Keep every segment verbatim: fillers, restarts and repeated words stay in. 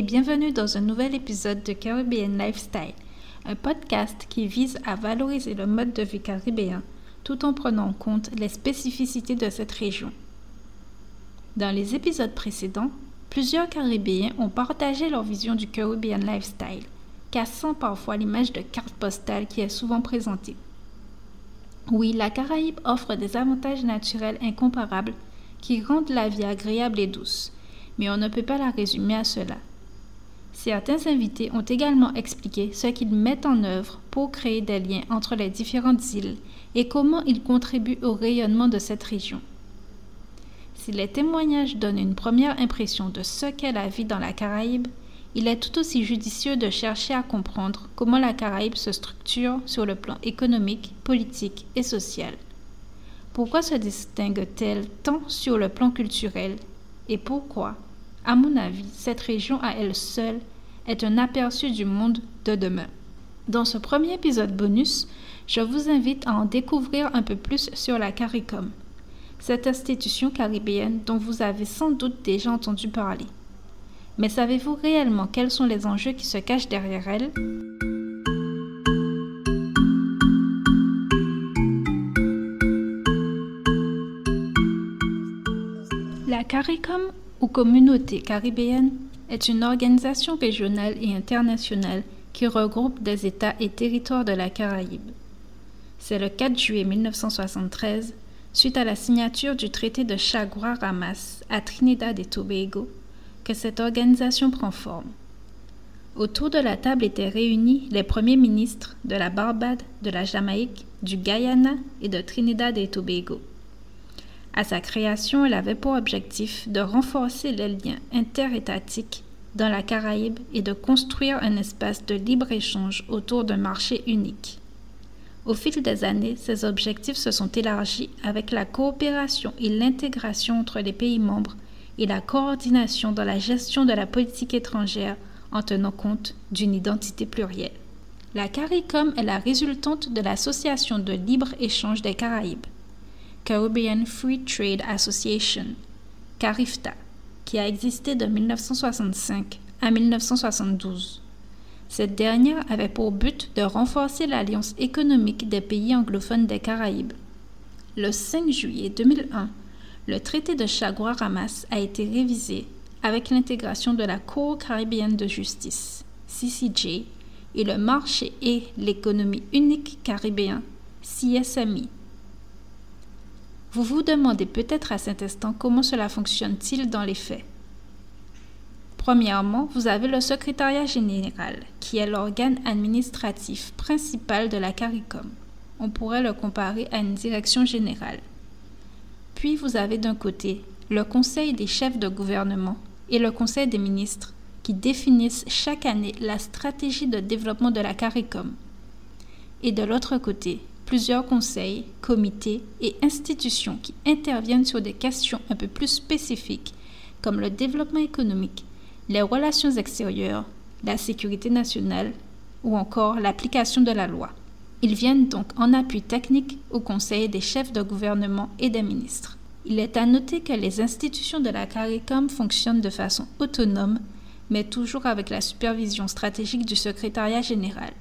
et bienvenue dans un nouvel épisode de Caribbean Lifestyle, un podcast qui vise à valoriser le mode de vie caribéen tout en prenant en compte les spécificités de cette région. Dans les épisodes précédents, plusieurs Caribéens ont partagé leur vision du Caribbean Lifestyle, cassant parfois l'image de carte postale qui est souvent présentée. Oui, la Caraïbe offre des avantages naturels incomparables qui rendent la vie agréable et douce, mais on ne peut pas la résumer à cela. Certains invités ont également expliqué ce qu'ils mettent en œuvre pour créer des liens entre les différentes îles et comment ils contribuent au rayonnement de cette région. Si les témoignages donnent une première impression de ce qu'est la vie dans la Caraïbe, il est tout aussi judicieux de chercher à comprendre comment la Caraïbe se structure sur le plan économique, politique et social. Pourquoi se distingue-t-elle tant sur le plan culturel et pourquoi, à mon avis, cette région à elle seule est un aperçu du monde de demain. Dans ce premier épisode bonus, je vous invite à en découvrir un peu plus sur la CARICOM, cette institution caribéenne dont vous avez sans doute déjà entendu parler. Mais savez-vous réellement quels sont les enjeux qui se cachent derrière elle? La CARICOM, ou Communauté caribéenne, est une organisation régionale et internationale qui regroupe des États et territoires de la Caraïbe. C'est le quatre juillet mille neuf cent soixante-treize, suite à la signature du traité de Chaguaramas à Trinidad et Tobago, que cette organisation prend forme. Autour de la table étaient réunis les premiers ministres de la Barbade, de la Jamaïque, du Guyana et de Trinidad et Tobago. À sa création, elle avait pour objectif de renforcer les liens interétatiques dans la Caraïbe et de construire un espace de libre-échange autour d'un marché unique. Au fil des années, ces objectifs se sont élargis avec la coopération et l'intégration entre les pays membres et la coordination dans la gestion de la politique étrangère en tenant compte d'une identité plurielle. La CARICOM est la résultante de l'Association de libre-échange des Caraïbes, Caribbean Free Trade Association, CARIFTA, qui a existé de mille neuf cent soixante-cinq à mille neuf cent soixante-douze. Cette dernière avait pour but de renforcer l'alliance économique des pays anglophones des Caraïbes. Le cinq juillet deux mille un, le traité de Chaguaramas a été révisé avec l'intégration de la Cour caribéenne de justice, C C J, et le marché et l'économie unique caribéen, C S M I. Vous vous demandez peut-être à cet instant comment cela fonctionne-t-il dans les faits. Premièrement, vous avez le secrétariat général, qui est l'organe administratif principal de la CARICOM. On pourrait le comparer à une direction générale. Puis vous avez d'un côté le Conseil des chefs de gouvernement et le Conseil des ministres, qui définissent chaque année la stratégie de développement de la CARICOM. Et de l'autre côté, plusieurs conseils, comités et institutions qui interviennent sur des questions un peu plus spécifiques comme le développement économique, les relations extérieures, la sécurité nationale ou encore l'application de la loi. Ils viennent donc en appui technique au conseil des chefs de gouvernement et des ministres. Il est à noter que les institutions de la CARICOM fonctionnent de façon autonome, mais toujours avec la supervision stratégique du secrétariat général.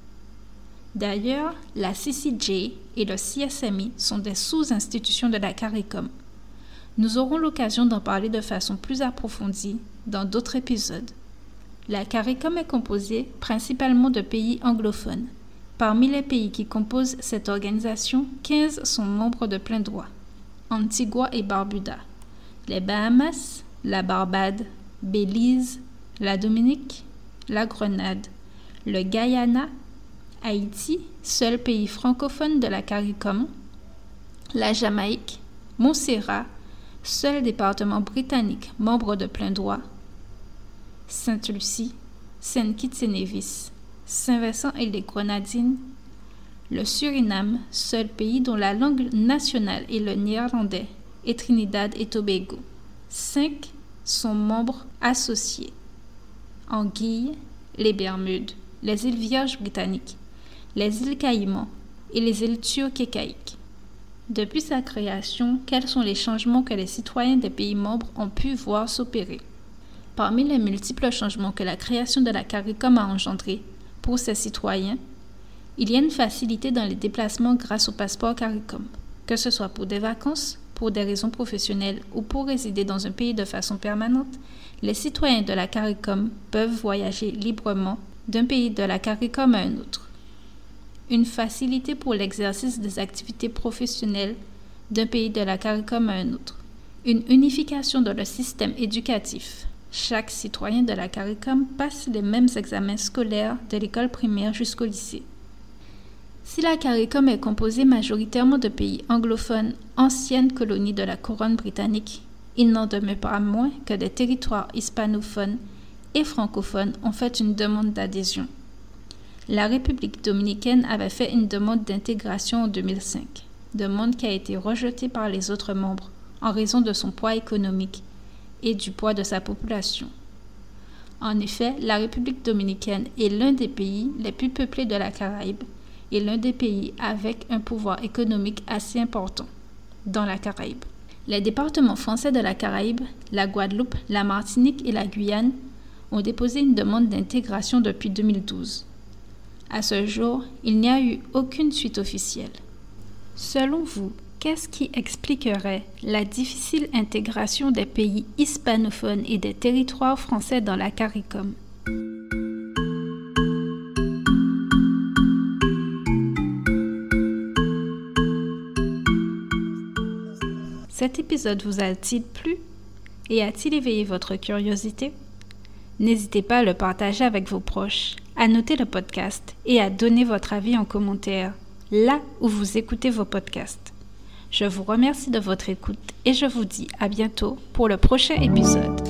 D'ailleurs, la C C J et le C S M I sont des sous-institutions de la CARICOM. Nous aurons l'occasion d'en parler de façon plus approfondie dans d'autres épisodes. La CARICOM est composée principalement de pays anglophones. Parmi les pays qui composent cette organisation, quinze sont membres de plein droit. Antigua et Barbuda, les Bahamas, la Barbade, Belize, la Dominique, la Grenade, le Guyana, Haïti, seul pays francophone de la CARICOM, la Jamaïque, Montserrat, seul département britannique membre de plein droit, Sainte-Lucie, Saint-Kitts et Nevis, Saint-Vincent et les Grenadines, le Suriname, seul pays dont la langue nationale est le néerlandais, et Trinidad et Tobago. Cinq sont membres associés. Anguilles, les Bermudes, les îles Vierges britanniques, les îles Caïmans et les îles Turques-Caïques. Depuis sa création, quels sont les changements que les citoyens des pays membres ont pu voir s'opérer? Parmi les multiples changements que la création de la CARICOM a engendrés pour ses citoyens, il y a une facilité dans les déplacements grâce au passeport CARICOM, que ce soit pour des vacances, pour des raisons professionnelles ou pour résider dans un pays de façon permanente. Les citoyens de la CARICOM peuvent voyager librement d'un pays de la CARICOM à un autre. Une facilité pour l'exercice des activités professionnelles d'un pays de la CARICOM à un autre. Une unification dans le système éducatif. Chaque citoyen de la CARICOM passe les mêmes examens scolaires de l'école primaire jusqu'au lycée. Si la CARICOM est composée majoritairement de pays anglophones, anciennes colonies de la couronne britannique, il n'en demeure pas moins que des territoires hispanophones et francophones ont fait une demande d'adhésion. La République dominicaine avait fait une demande d'intégration en deux mille cinq, demande qui a été rejetée par les autres membres en raison de son poids économique et du poids de sa population. En effet, la République dominicaine est l'un des pays les plus peuplés de la Caraïbe et l'un des pays avec un pouvoir économique assez important dans la Caraïbe. Les départements français de la Caraïbe, la Guadeloupe, la Martinique et la Guyane ont déposé une demande d'intégration depuis deux mille douze. À ce jour, il n'y a eu aucune suite officielle. Selon vous, qu'est-ce qui expliquerait la difficile intégration des pays hispanophones et des territoires français dans la CARICOM? Cet épisode vous a-t-il plu et a-t-il éveillé votre curiosité? N'hésitez pas à le partager avec vos proches, à noter le podcast et à donner votre avis en commentaire, là où vous écoutez vos podcasts. Je vous remercie de votre écoute et je vous dis à bientôt pour le prochain épisode.